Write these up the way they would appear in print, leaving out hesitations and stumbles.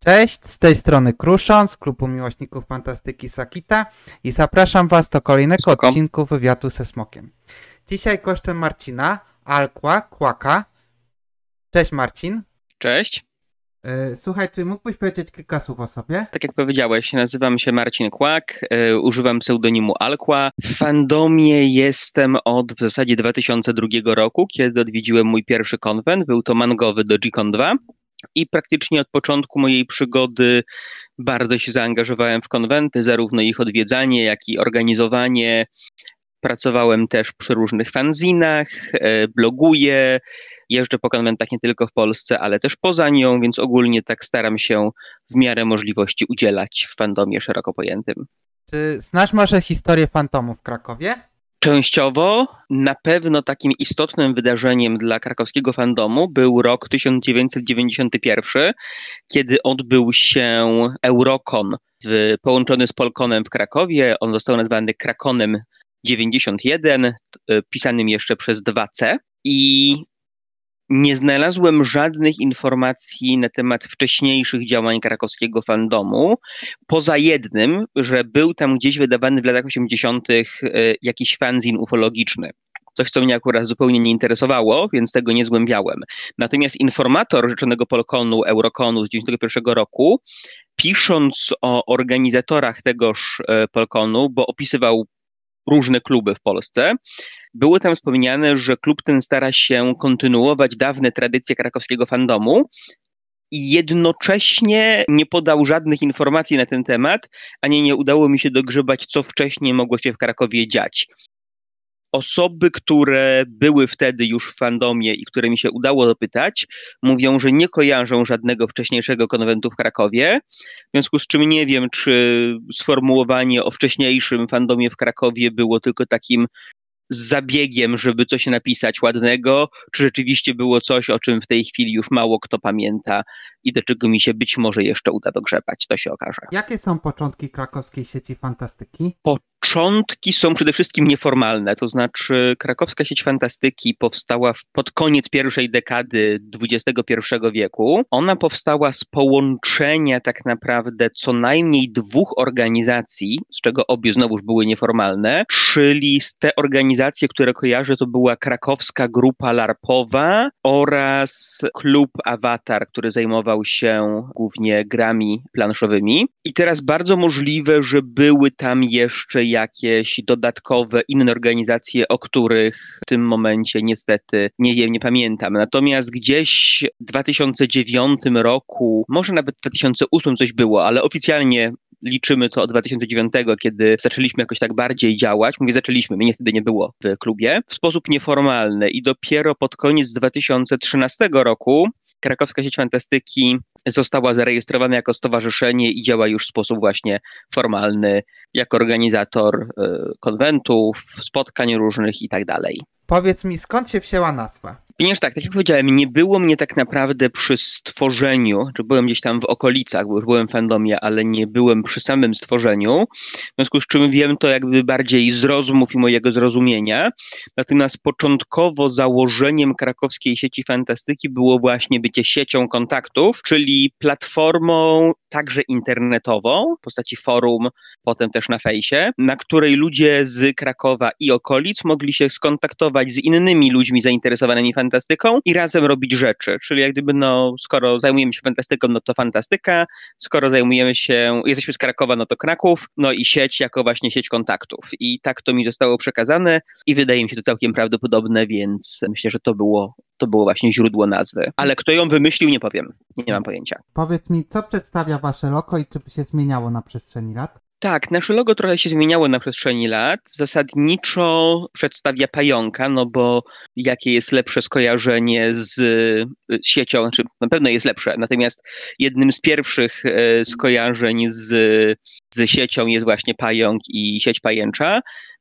Cześć, z tej strony Kruszon z klubu miłośników fantastyki Sakita i zapraszam Was do kolejnego odcinku wywiadu ze Smokiem. Dzisiaj gościem Marcina, Alkła, Kłaka. Cześć Marcin. Cześć. Słuchaj, czy mógłbyś powiedzieć kilka słów o sobie? Tak jak powiedziałeś, nazywam się Marcin Kłak, używam pseudonimu Alkła. W fandomie jestem od w zasadzie 2002 roku, kiedy odwiedziłem mój pierwszy konwent. Był to mangowy Dojicon 2 i praktycznie od początku mojej przygody bardzo się zaangażowałem w konwenty, zarówno ich odwiedzanie, jak i organizowanie. Pracowałem też przy różnych fanzinach, bloguję, jeżdżę po konwentach nie tylko w Polsce, ale też poza nią, więc ogólnie tak staram się w miarę możliwości udzielać w fandomie szeroko pojętym. Czy znasz może historię fandomu w Krakowie? Częściowo. Na pewno takim istotnym wydarzeniem dla krakowskiego fandomu był rok 1991, kiedy odbył się Eurocon połączony z Polconem w Krakowie. On został nazwany Krakonem 91, pisanym jeszcze przez 2C, i nie znalazłem żadnych informacji na temat wcześniejszych działań krakowskiego fandomu, poza jednym, że był tam gdzieś wydawany w latach 80. jakiś fanzin ufologiczny. Coś, co mnie akurat zupełnie nie interesowało, więc tego nie zgłębiałem. Natomiast informator rzeczonego Polconu, Euroconu z 1991 roku, pisząc o organizatorach tegoż Polconu, bo opisywał różne kluby w Polsce, było tam wspomniane, że klub ten stara się kontynuować dawne tradycje krakowskiego fandomu i jednocześnie nie podał żadnych informacji na ten temat, ani nie udało mi się dogrzebać, co wcześniej mogło się w Krakowie dziać. Osoby, które były wtedy już w fandomie i które mi się udało dopytać, mówią, że nie kojarzą żadnego wcześniejszego konwentu w Krakowie, w związku z czym nie wiem, czy sformułowanie o wcześniejszym fandomie w Krakowie było tylko takim zabiegiem, żeby coś napisać ładnego, czy rzeczywiście było coś, o czym w tej chwili już mało kto pamięta i do czego mi się być może jeszcze uda dogrzebać, to się okaże. Jakie są początki krakowskiej sieci fantastyki? Początki są przede wszystkim nieformalne, to znaczy krakowska sieć fantastyki powstała pod koniec pierwszej dekady XXI wieku. Ona powstała z połączenia tak naprawdę co najmniej dwóch organizacji, z czego obie znowuż były nieformalne, czyli te organizacje, które kojarzę, to była krakowska grupa larpowa oraz klub Awatar, który zajmował się głównie grami planszowymi. I teraz bardzo możliwe, że były tam jeszcze jakieś dodatkowe inne organizacje, o których w tym momencie niestety nie wiem, nie pamiętam. Natomiast gdzieś w 2009 roku, może nawet w 2008 coś było, ale oficjalnie liczymy to od 2009, kiedy zaczęliśmy jakoś tak bardziej działać. Mówię zaczęliśmy, mnie wtedy nie było w klubie. W sposób nieformalny i dopiero pod koniec 2013 roku krakowska sieć fantastyki została zarejestrowana jako stowarzyszenie i działa już w sposób właśnie formalny, jako organizator konwentów, spotkań różnych i tak dalej. Powiedz mi, skąd się wzięła nazwa? Ponieważ tak jak powiedziałem, nie było mnie tak naprawdę przy stworzeniu, czy byłem gdzieś tam w okolicach, bo już byłem w fandomie, ale nie byłem przy samym stworzeniu, w związku z czym wiem to jakby bardziej z rozmów i mojego zrozumienia. Natomiast początkowo założeniem krakowskiej sieci fantastyki było właśnie bycie siecią kontaktów, czyli platformą także internetową w postaci forum, potem też na fejsie, na której ludzie z Krakowa i okolic mogli się skontaktować z innymi ludźmi zainteresowanymi fantastyką i razem robić rzeczy. Czyli jak gdyby skoro zajmujemy się fantastyką, no to fantastyka, skoro jesteśmy z Krakowa, no to Kraków, no i sieć jako właśnie sieć kontaktów. I tak to mi zostało przekazane i wydaje mi się to całkiem prawdopodobne, więc myślę, że to było właśnie źródło nazwy. Ale kto ją wymyślił, nie powiem. Nie mam pojęcia. Powiedz mi, co przedstawia wasze logo i czy by się zmieniało na przestrzeni lat? Tak, nasze logo trochę się zmieniało na przestrzeni lat. Zasadniczo przedstawia pająka, no bo jakie jest lepsze skojarzenie z siecią, znaczy na pewno jest lepsze, natomiast jednym z pierwszych skojarzeń z siecią jest właśnie pająk i sieć pajęcza.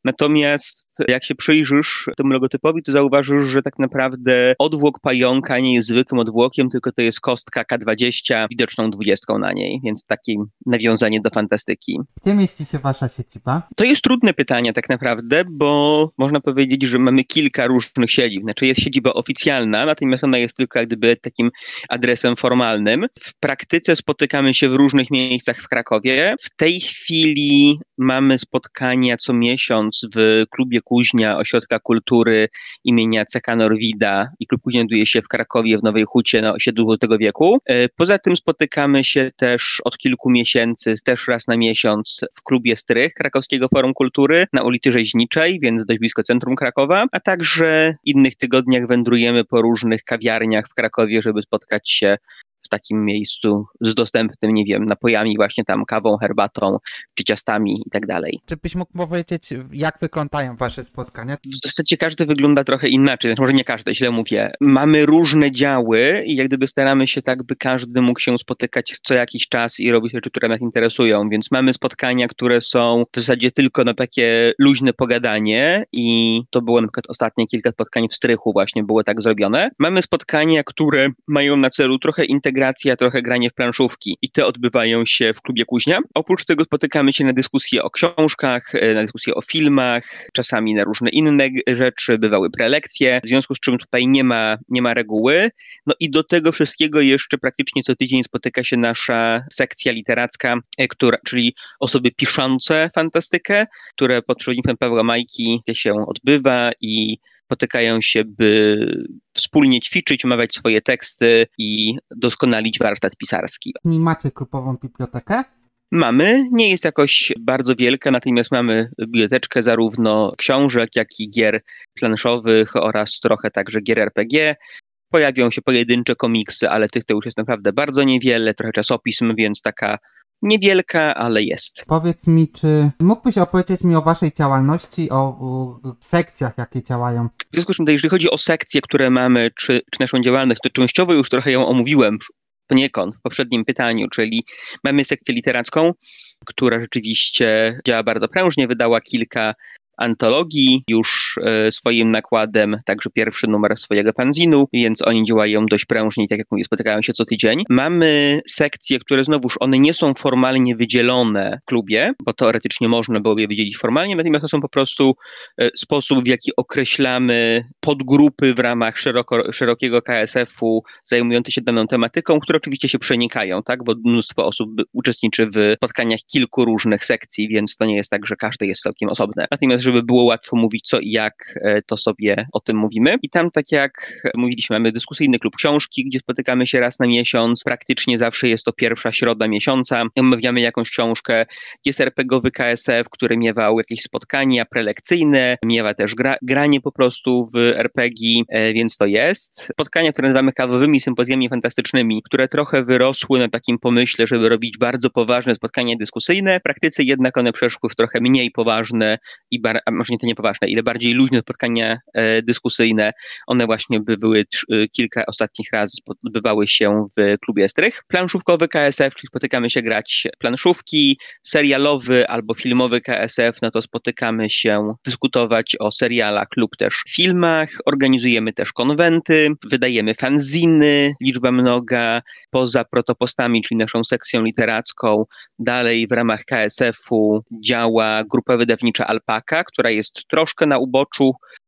Natomiast jak się przyjrzysz temu logotypowi, to zauważysz, że tak naprawdę odwłok pająka nie jest zwykłym odwłokiem, tylko to jest kostka K20 widoczną 20 na niej, więc takie nawiązanie do fantastyki. Gdzie mieści się wasza siedziba? To jest trudne pytanie tak naprawdę, bo można powiedzieć, że mamy kilka różnych siedzib. Znaczy jest siedziba oficjalna, natomiast ona jest tylko jak gdyby takim adresem formalnym. W praktyce spotykamy się w różnych miejscach w Krakowie. W tej chwili mamy spotkania co miesiąc w Klubie Kuźnia Ośrodka Kultury imienia C.K. Norwida i Klub Kuźnia znajduje się w Krakowie, w Nowej Hucie na osiedlu Złotego Wieku. Poza tym spotykamy się też od kilku miesięcy, też raz na miesiąc w Klubie Strych Krakowskiego Forum Kultury na ulicy Rzeźniczej, więc dość blisko centrum Krakowa, a także innych tygodniach wędrujemy po różnych kawiarniach w Krakowie, żeby spotkać się w takim miejscu z dostępnym, nie wiem, napojami, właśnie tam kawą, herbatą, czy ciastami i tak dalej. Czy byś mógł powiedzieć, jak wyglądają wasze spotkania? W zasadzie każdy wygląda trochę inaczej, znaczy może nie każdy, źle mówię. Mamy różne działy i jak gdyby staramy się tak, by każdy mógł się spotykać co jakiś czas i robić rzeczy, które nas interesują, więc mamy spotkania, które są w zasadzie tylko na takie luźne pogadanie i to było na przykład ostatnie kilka spotkań w Strychu właśnie było tak zrobione. Mamy spotkania, które mają na celu trochę integracja, trochę granie w planszówki i te odbywają się w Klubie Kuźnia. Oprócz tego spotykamy się na dyskusje o książkach, na dyskusje o filmach, czasami na różne inne rzeczy, bywały prelekcje, w związku z czym tutaj nie ma reguły. No i do tego wszystkiego jeszcze praktycznie co tydzień spotyka się nasza sekcja literacka, czyli osoby piszące fantastykę, które pod przewodnictwem Pawła Majki się odbywa i spotykają się, by wspólnie ćwiczyć, omawiać swoje teksty i doskonalić warsztat pisarski. Nie macie grupową bibliotekę? Mamy, nie jest jakoś bardzo wielka, natomiast mamy biblioteczkę zarówno książek, jak i gier planszowych oraz trochę także gier RPG. Pojawią się pojedyncze komiksy, ale tych to już jest naprawdę bardzo niewiele, trochę czasopism, więc taka niewielka, ale jest. Powiedz mi, czy mógłbyś opowiedzieć mi o waszej działalności, o sekcjach, jakie działają? W związku z czym, jeżeli chodzi o sekcje, które mamy, czy naszą działalność, to częściowo już trochę ją omówiłem poniekąd w poprzednim pytaniu, czyli mamy sekcję literacką, która rzeczywiście działa bardzo prężnie, wydała kilka antologii już swoim nakładem, także pierwszy numer swojego fanzinu, więc oni działają dość prężnie i tak jak mówię, spotykają się co tydzień. Mamy sekcje, które znowuż one nie są formalnie wydzielone w klubie, bo teoretycznie można byłoby je wydzielić formalnie, natomiast to są po prostu sposób, w jaki określamy podgrupy w ramach szerokiego KSF-u zajmujące się daną tematyką, które oczywiście się przenikają, tak, bo mnóstwo osób uczestniczy w spotkaniach kilku różnych sekcji, więc to nie jest tak, że każde jest całkiem osobne. Natomiast żeby było łatwo mówić co i jak, to sobie o tym mówimy. I tam, tak jak mówiliśmy, mamy dyskusyjny klub książki, gdzie spotykamy się raz na miesiąc. Praktycznie zawsze jest to pierwsza środa miesiąca. Omawiamy jakąś książkę. Jest RPGowy KSF, który miewał jakieś spotkania prelekcyjne, miewa też granie po prostu w RPG, więc to jest. Spotkania, które nazywamy kawowymi sympozjami fantastycznymi, które trochę wyrosły na takim pomyśle, żeby robić bardzo poważne spotkania dyskusyjne. W praktyce jednak one przeszły w trochę mniej poważne a może nie to niepoważne, ile bardziej luźne spotkania dyskusyjne. One właśnie były kilka ostatnich razy odbywały się w Klubie Strych. Planszówkowy KSF, czyli spotykamy się grać planszówki, serialowy albo filmowy KSF, no to spotykamy się dyskutować o serialach lub też filmach, organizujemy też konwenty, wydajemy fanziny, liczba mnoga, poza protopostami, czyli naszą sekcją literacką, dalej w ramach KSF-u działa grupa wydawnicza Alpaka, która jest troszkę na uboczu,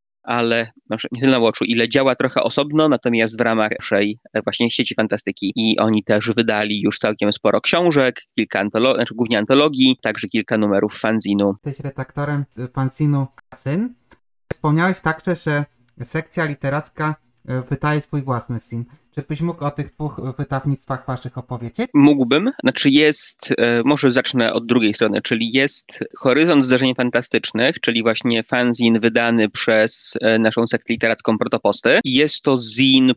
ale nie tyle na uboczu, ile działa trochę osobno, natomiast w ramach naszej właśnie sieci fantastyki i oni też wydali już całkiem sporo książek, kilka głównie antologii, także kilka numerów fanzinu. Jesteś redaktorem fanzinu Syn. Wspomniałeś także, że sekcja literacka wydaje swój własny syn. Czy byś mógł o tych dwóch wydawnictwach waszych opowiedzieć? Mógłbym. Znaczy może zacznę od drugiej strony, czyli jest Horyzont Zdarzeń Fantastycznych, czyli właśnie fanzin wydany przez naszą sekcję literacką Protoposty. Jest to zin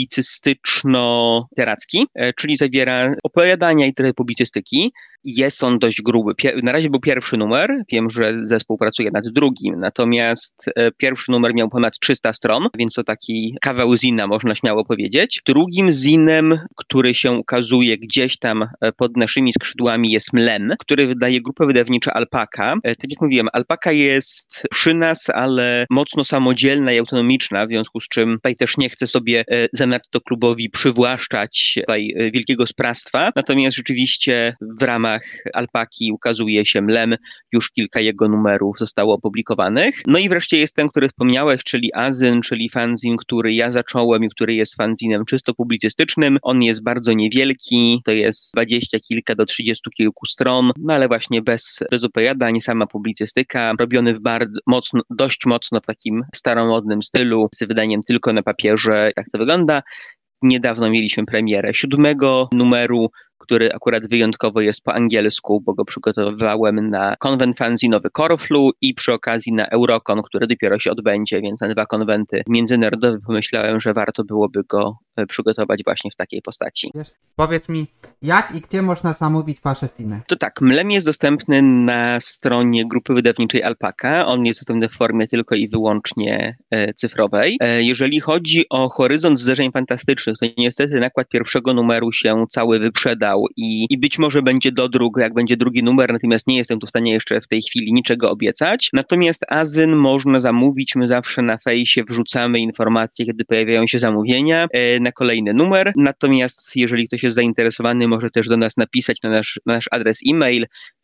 publicystyczno-literacki, czyli zawiera opowiadania i trochę publicystyki. Jest on dość gruby. Na razie był pierwszy numer, wiem, że zespół pracuje nad drugim, natomiast pierwszy numer miał ponad 300 stron, więc to taki kawał zina, można śmiało powiedzieć. Drugim zinem, który się ukazuje gdzieś tam pod naszymi skrzydłami, jest Mlem, który wydaje grupa wydawnicza Alpaka. Tak jak mówiłem, Alpaka jest przy nas, ale mocno samodzielna i autonomiczna, w związku z czym tutaj też nie chcę sobie zanadto klubowi przywłaszczać tutaj wielkiego sprawstwa. Natomiast rzeczywiście w ramach Alpaki ukazuje się Mlem, już kilka jego numerów zostało opublikowanych. No i wreszcie jest ten, który wspomniałeś, czyli Azyn, czyli fanzin, który ja zacząłem i który jest fanzinem czysto publicystycznym. On jest bardzo niewielki, to jest 20 kilka do 30 kilku stron, no ale właśnie bez opowiadań, sama publicystyka, robiony w dość mocno w takim staromodnym stylu, z wydaniem tylko na papierze. Tak to wygląda. Niedawno mieliśmy premierę 7 numeru, który akurat wyjątkowo jest po angielsku, bo go przygotowywałem na konwent fanzinowy Corflu i przy okazji na Eurocon, który dopiero się odbędzie, więc na 2 konwenty międzynarodowe pomyślałem, że warto byłoby go przygotować właśnie w takiej postaci. Wiesz, powiedz mi, jak i gdzie można zamówić wasze ziny? To tak, Mlem jest dostępny na stronie grupy wydawniczej Alpaka. On jest dostępny w formie tylko i wyłącznie cyfrowej. Jeżeli chodzi o Horyzont Zdarzeń Fantastycznych, to niestety nakład pierwszego numeru się cały wyprzedał i być może będzie dodruk, jak będzie drugi numer, natomiast nie jestem tu w stanie jeszcze w tej chwili niczego obiecać. Natomiast Azyn można zamówić, my zawsze na fejsie wrzucamy informacje, kiedy pojawiają się zamówienia na kolejny numer. Natomiast jeżeli ktoś jest zainteresowany, może też do nas napisać na nasz adres e-mail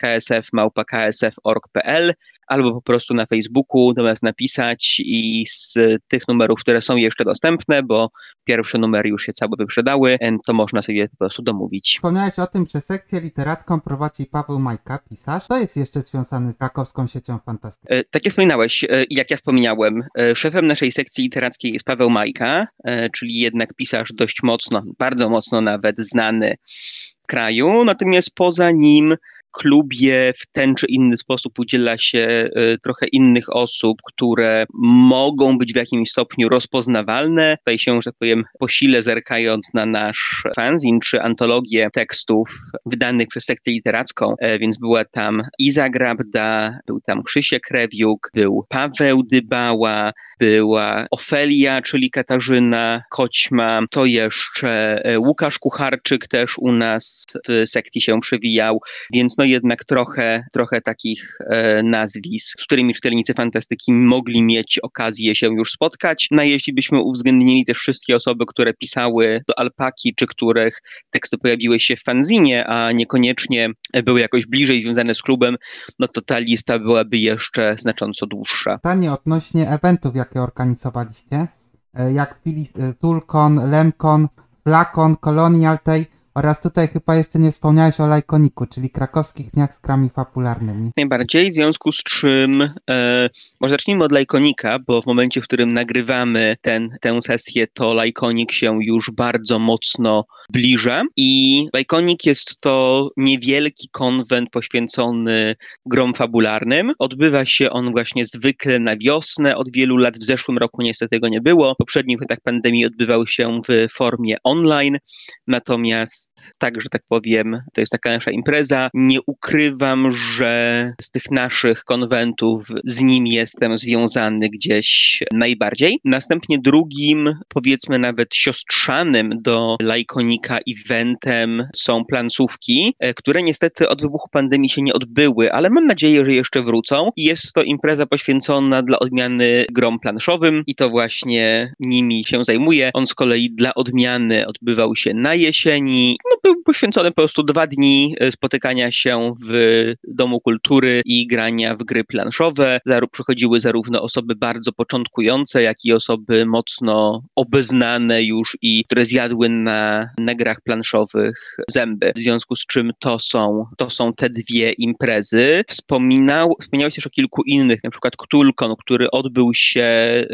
ksf@ksf.org.pl albo po prostu na Facebooku do nas napisać i z tych numerów, które są jeszcze dostępne, bo pierwsze numery już się całe wyprzedały, to można sobie po prostu domówić. Wspomniałeś o tym, że sekcję literacką prowadzi Paweł Majka, pisarz. To jest jeszcze związany z krakowską siecią fantastyki. Tak jak wspominałeś, jak ja wspomniałem, szefem naszej sekcji literackiej jest Paweł Majka, czyli jednak pisarz dość mocno, bardzo mocno nawet znany w kraju, natomiast poza nim klubie w ten czy inny sposób udziela się trochę innych osób, które mogą być w jakimś stopniu rozpoznawalne. Tutaj się, że tak powiem, posile zerkając na nasz fanzin czy antologię tekstów wydanych przez sekcję literacką, więc była tam Iza Grabda, był tam Krzysiek Rewiuk, był Paweł Dybała, była Ofelia, czyli Katarzyna Koćma, to jeszcze Łukasz Kucharczyk też u nas w sekcji się przewijał, więc no jednak trochę takich nazwisk, z którymi czytelnicy fantastyki mogli mieć okazję się już spotkać. No jeśli byśmy uwzględnili też wszystkie osoby, które pisały do Alpaki, czy których teksty pojawiły się w fanzinie, a niekoniecznie były jakoś bliżej związane z klubem, no to ta lista byłaby jeszcze znacząco dłuższa. Pytanie odnośnie eventów, jakie organizowaliście, jak Tulkon, Lemkon, Flakon, Colonial Day oraz tutaj chyba jeszcze nie wspomniałeś o Lajkoniku, czyli krakowskich dniach z grami fabularnymi. Najbardziej, w związku z czym może zacznijmy od Lajkonika, bo w momencie, w którym nagrywamy tę sesję, to Lajkonik się już bardzo mocno zbliża i Lajkonik jest to niewielki konwent poświęcony grom fabularnym. Odbywa się on właśnie zwykle na wiosnę od wielu lat. W zeszłym roku niestety tego nie było. W poprzednich latach pandemii odbywał się w formie online, natomiast tak, że tak powiem, to jest taka nasza impreza. Nie ukrywam, że z tych naszych konwentów z nim jestem związany gdzieś najbardziej. Następnie drugim, powiedzmy nawet siostrzanym do Lajkonika eventem są plansówki, które niestety od wybuchu pandemii się nie odbyły, ale mam nadzieję, że jeszcze wrócą. Jest to impreza poświęcona dla odmiany grom planszowym i to właśnie nimi się zajmuję. On z kolei dla odmiany odbywał się na jesieni. No, był poświęcony po prostu 2 dni spotykania się w Domu Kultury i grania w gry planszowe. Przychodziły zarówno osoby bardzo początkujące, jak i osoby mocno obeznane już i które zjadły na grach planszowych zęby. W związku z czym to są te 2 imprezy. Wspomniałeś też o kilku innych, na przykład Ktulkon, który odbył się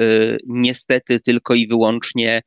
niestety tylko i wyłącznie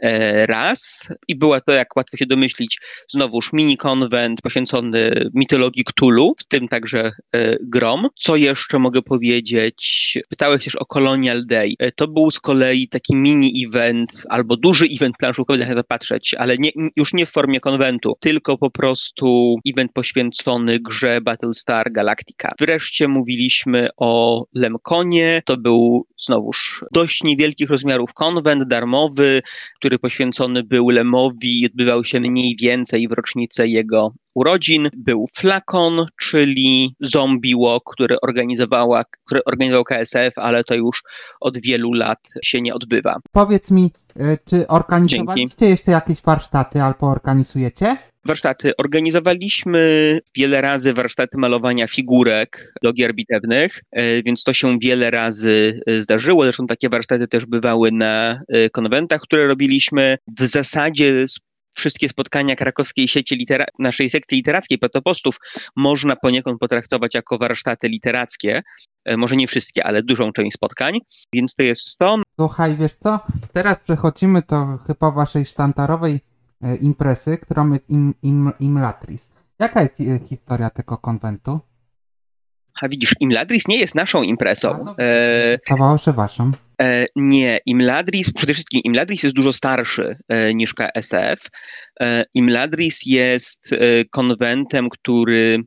raz i była to, jak łatwo się domyślić, znowuż mini-konwent poświęcony mitologii Cthulhu, w tym także grom. Co jeszcze mogę powiedzieć? Pytałeś też o Colonial Day. To był z kolei taki mini-event albo duży event planszówkowy, jak na to patrzeć, ale już nie w formie konwentu, tylko po prostu event poświęcony grze Battlestar Galactica. Wreszcie mówiliśmy o Lemkonie. To był znowuż dość niewielkich rozmiarów konwent darmowy, który który poświęcony był Lemowi i odbywał się mniej więcej w rocznicę jego urodzin. Był Flakon, czyli zombie walk, który organizował KSF, ale to już od wielu lat się nie odbywa. Powiedz mi, czy organizowaliście jeszcze jakieś warsztaty albo organizujecie? Warsztaty. Organizowaliśmy wiele razy warsztaty malowania figurek do gier bitewnych, więc to się wiele razy zdarzyło. Zresztą takie warsztaty też bywały na konwentach, które robiliśmy. W zasadzie wszystkie spotkania krakowskiej sieci naszej sekcji literackiej Patopostów można poniekąd potraktować jako warsztaty literackie. Może nie wszystkie, ale dużą część spotkań, więc to jest to. Słuchaj, wiesz co? Teraz przechodzimy do chyba waszej sztandarowej imprezy, którą jest Imladris. Jaka jest historia tego konwentu? A widzisz, Imladris nie jest naszą imprezą. Stawało się waszą. Nie, przede wszystkim Imladris jest dużo starszy niż KSF. Imladris jest konwentem, który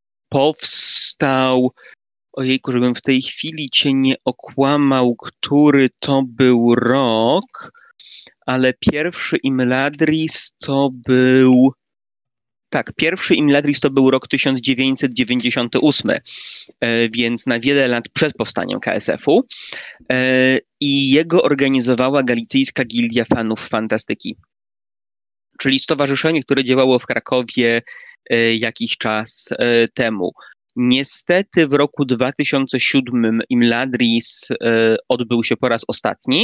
powstał, ojejku, żebym w tej chwili cię nie okłamał, który to był rok, ale pierwszy Imladris to był... Tak, pierwszy Imladris to był rok 1998, więc na wiele lat przed powstaniem KSF-u i jego organizowała Galicyjska Gildia Fanów Fantastyki, czyli stowarzyszenie, które działało w Krakowie jakiś czas temu. Niestety w roku 2007 Imladris odbył się po raz ostatni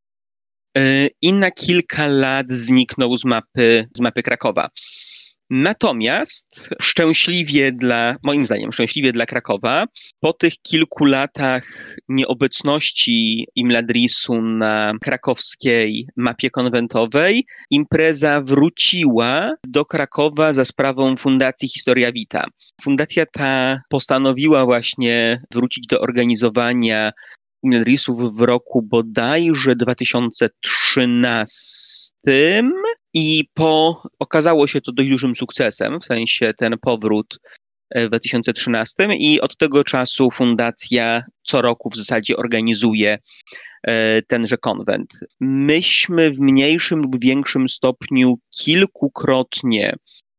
i na kilka lat zniknął z mapy Krakowa. Natomiast moim zdaniem szczęśliwie dla Krakowa, po tych kilku latach nieobecności Imladrisu na krakowskiej mapie konwentowej, impreza wróciła do Krakowa za sprawą Fundacji Historia Vita. Fundacja ta postanowiła właśnie wrócić do organizowania Imladrisów w roku bodajże 2013 i okazało się to dość dużym sukcesem, w sensie ten powrót w 2013 i od tego czasu fundacja co roku w zasadzie organizuje tenże konwent. Myśmy w mniejszym lub większym stopniu kilkukrotnie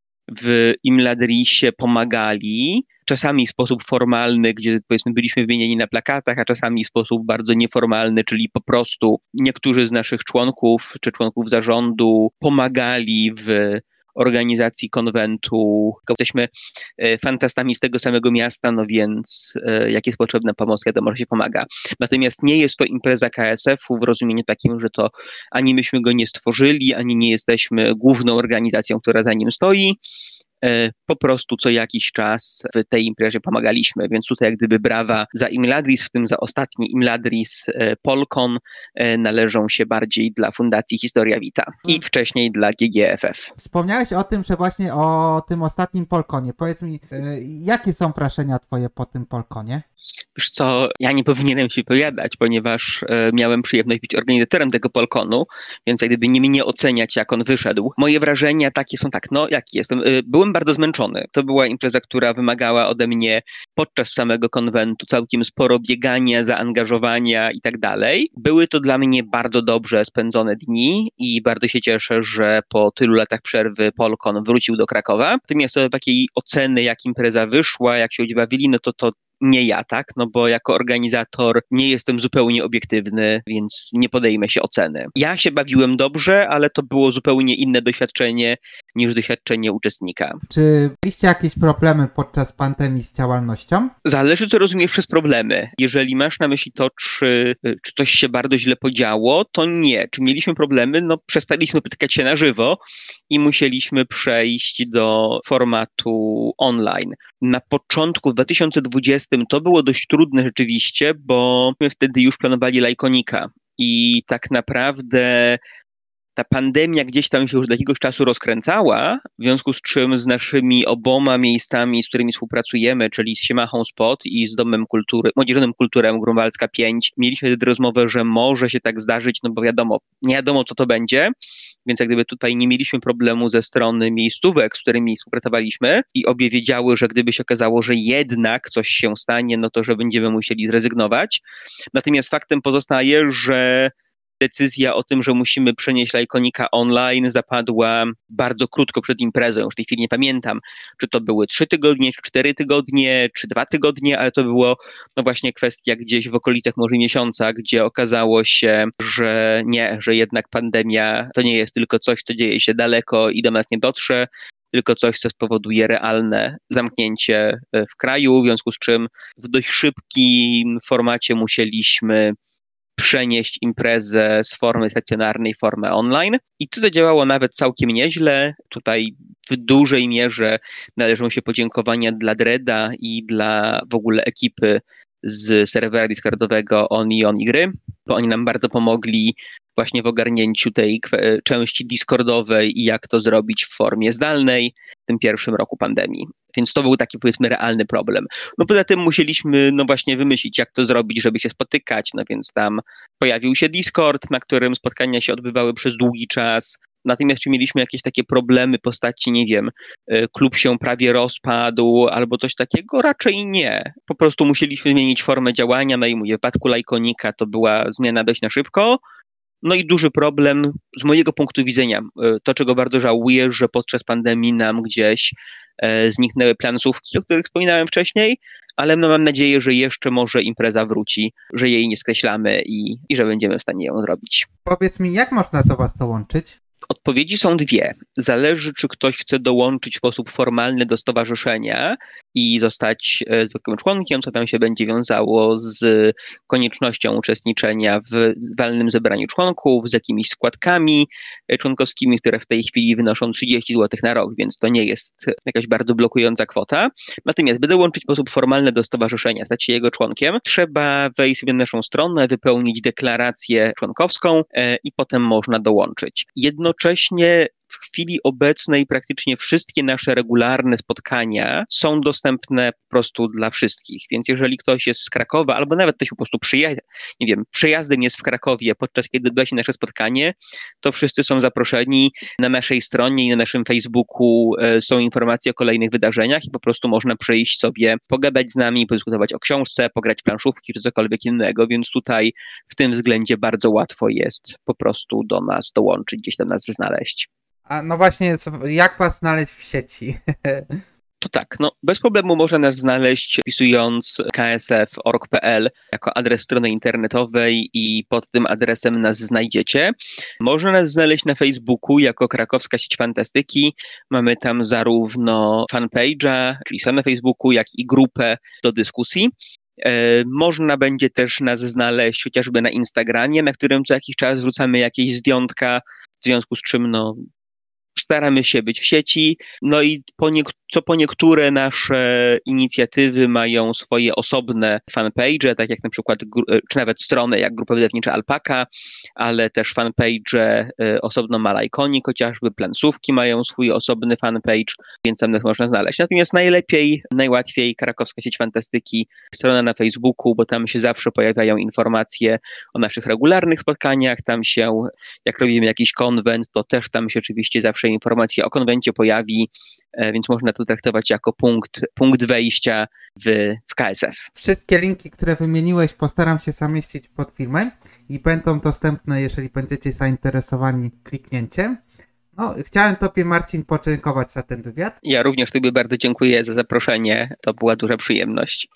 w Imladrisie pomagali, czasami w sposób formalny, gdzie powiedzmy byliśmy wymienieni na plakatach, a czasami w sposób bardzo nieformalny, czyli po prostu niektórzy z naszych członków czy członków zarządu pomagali w organizacji konwentu. Jesteśmy fantastami z tego samego miasta, no więc jak jest potrzebna pomoc, wiadomo, że się pomaga. Natomiast nie jest to impreza KSF-u w rozumieniu takim, że to ani myśmy go nie stworzyli, ani nie jesteśmy główną organizacją, która za nim stoi. Po prostu co jakiś czas w tej imprezie pomagaliśmy, więc tutaj jak gdyby brawa za Imladris, w tym za ostatni Imladris Polkon należą się bardziej dla Fundacji Historia Vita i wcześniej dla GGFF. Wspomniałeś o tym, że właśnie o tym ostatnim Polkonie. Powiedz mi, jakie są wrażenia twoje po tym Polkonie? Wiesz co, ja nie powinienem się wypowiadać, ponieważ miałem przyjemność być organizatorem tego Polkonu, więc jak gdyby nie mnie oceniać, jak on wyszedł. Moje wrażenia takie są jaki jestem. Byłem bardzo zmęczony. To była impreza, która wymagała ode mnie podczas samego konwentu całkiem sporo biegania, zaangażowania i tak dalej. Były to dla mnie bardzo dobrze spędzone dni i bardzo się cieszę, że po tylu latach przerwy Polkon wrócił do Krakowa. Natomiast do takiej oceny, jak impreza wyszła, jak się ludzie bawili, no to nie ja, tak? No bo jako organizator nie jestem zupełnie obiektywny, więc nie podejmę się oceny. Ja się bawiłem dobrze, ale to było zupełnie inne doświadczenie niż doświadczenie uczestnika. Czy mieliście jakieś problemy podczas pandemii z działalnością? Zależy, co rozumiesz przez problemy. Jeżeli masz na myśli to, czy coś się bardzo źle podziało, to nie. Czy mieliśmy problemy? No przestaliśmy spotykać się na żywo i musieliśmy przejść do formatu online. Na początku w 2020 to było dość trudne rzeczywiście, bo my wtedy już planowali Lajkonika i tak naprawdę ta pandemia gdzieś tam się już do jakiegoś czasu rozkręcała, w związku z czym z naszymi oboma miejscami, z którymi współpracujemy, czyli z Siemachą Spot i z Domem Kultury, Młodzieżowym Kulturem Grunwaldzka 5, mieliśmy wtedy rozmowę, że może się tak zdarzyć, no bo nie wiadomo co to będzie, więc jak gdyby tutaj nie mieliśmy problemu ze strony miejscówek, z którymi współpracowaliśmy i obie wiedziały, że gdyby się okazało, że jednak coś się stanie, no to że będziemy musieli zrezygnować. Natomiast faktem pozostaje, że decyzja o tym, że musimy przenieść Lajkonika online, zapadła bardzo krótko przed imprezą. Już w tej chwili nie pamiętam, czy to były 3 tygodnie, czy 4 tygodnie, czy 2 tygodnie, ale to było no właśnie kwestia gdzieś w okolicach może miesiąca, gdzie okazało się, że nie, że jednak pandemia to nie jest tylko coś, co dzieje się daleko i do nas nie dotrze, tylko coś, co spowoduje realne zamknięcie w kraju, w związku z czym w dość szybkim formacie musieliśmy przenieść imprezę z formy stacjonarnej w formę online i to zadziałało nawet całkiem nieźle. Tutaj w dużej mierze należą się podziękowania dla Dreda i dla w ogóle ekipy z serwera Discordowego On i Gry, bo oni nam bardzo pomogli właśnie w ogarnięciu tej części Discordowej i jak to zrobić w formie zdalnej w tym pierwszym roku pandemii. Więc to był taki, powiedzmy, realny problem. No poza tym musieliśmy, no właśnie wymyślić, jak to zrobić, żeby się spotykać, no więc tam pojawił się Discord, na którym spotkania się odbywały przez długi czas. Natomiast czy mieliśmy jakieś takie problemy w postaci, nie wiem, klub się prawie rozpadł albo coś takiego? Raczej nie. Po prostu musieliśmy zmienić formę działania, no i mówię, w wypadku Lajkonika to była zmiana dość na szybko. No i duży problem z mojego punktu widzenia, to czego bardzo żałuję, że podczas pandemii nam gdzieś zniknęły planszówki, o których wspominałem wcześniej, ale no mam nadzieję, że jeszcze może impreza wróci, że jej nie skreślamy i że będziemy w stanie ją zrobić. Powiedz mi, jak można do was dołączyć? Odpowiedzi są dwie. Zależy, czy ktoś chce dołączyć w sposób formalny do stowarzyszenia i zostać zwykłym członkiem, co tam się będzie wiązało z koniecznością uczestniczenia w walnym zebraniu członków, z jakimiś składkami członkowskimi, które w tej chwili wynoszą 30 zł na rok, więc to nie jest jakaś bardzo blokująca kwota. Natomiast, by dołączyć w sposób formalny do stowarzyszenia, stać się jego członkiem, trzeba wejść sobie na naszą stronę, wypełnić deklarację członkowską i potem można dołączyć. Jednocześnie w chwili obecnej praktycznie wszystkie nasze regularne spotkania są dostępne po prostu dla wszystkich, więc jeżeli ktoś jest z Krakowa, albo nawet ktoś po prostu przejazdem jest w Krakowie, podczas kiedy odbywa się nasze spotkanie, to wszyscy są zaproszeni. Na naszej stronie i na naszym Facebooku są informacje o kolejnych wydarzeniach i po prostu można przyjść sobie, pogadać z nami, podyskutować o książce, pograć w planszówki czy cokolwiek innego, więc tutaj w tym względzie bardzo łatwo jest po prostu do nas dołączyć, gdzieś tam nas znaleźć. A no właśnie, jak was znaleźć w sieci? To tak, no bez problemu można nas znaleźć wpisując ksf.org.pl jako adres strony internetowej i pod tym adresem nas znajdziecie. Można nas znaleźć na Facebooku jako Krakowska Sieć Fantastyki. Mamy tam zarówno fanpage'a, czyli stronę na Facebooku, jak i grupę do dyskusji. Można będzie też nas znaleźć chociażby na Instagramie, na którym co jakiś czas wrzucamy jakieś zdjątka, w związku z czym staramy się być w sieci, no i po niektóre nasze inicjatywy mają swoje osobne fanpage, tak jak na przykład, czy nawet strony jak grupa wydawnicza Alpaka, ale też fanpage osobno ma Lajkonik, chociażby Plansówki mają swój osobny fanpage, więc tam nas można znaleźć. Natomiast najłatwiej Krakowska Sieć Fantastyki, strona na Facebooku, bo tam się zawsze pojawiają informacje o naszych regularnych spotkaniach, tam się, jak robimy jakiś konwent, to też tam się oczywiście zawsze informacja o konwencie pojawi, więc można to traktować jako punkt wejścia w KSF. Wszystkie linki, które wymieniłeś, postaram się zamieścić pod filmem i będą dostępne, jeżeli będziecie zainteresowani kliknięciem. No, chciałem Tobie, Marcin, podziękować za ten wywiad. Ja również Tobie bardzo dziękuję za zaproszenie, to była duża przyjemność.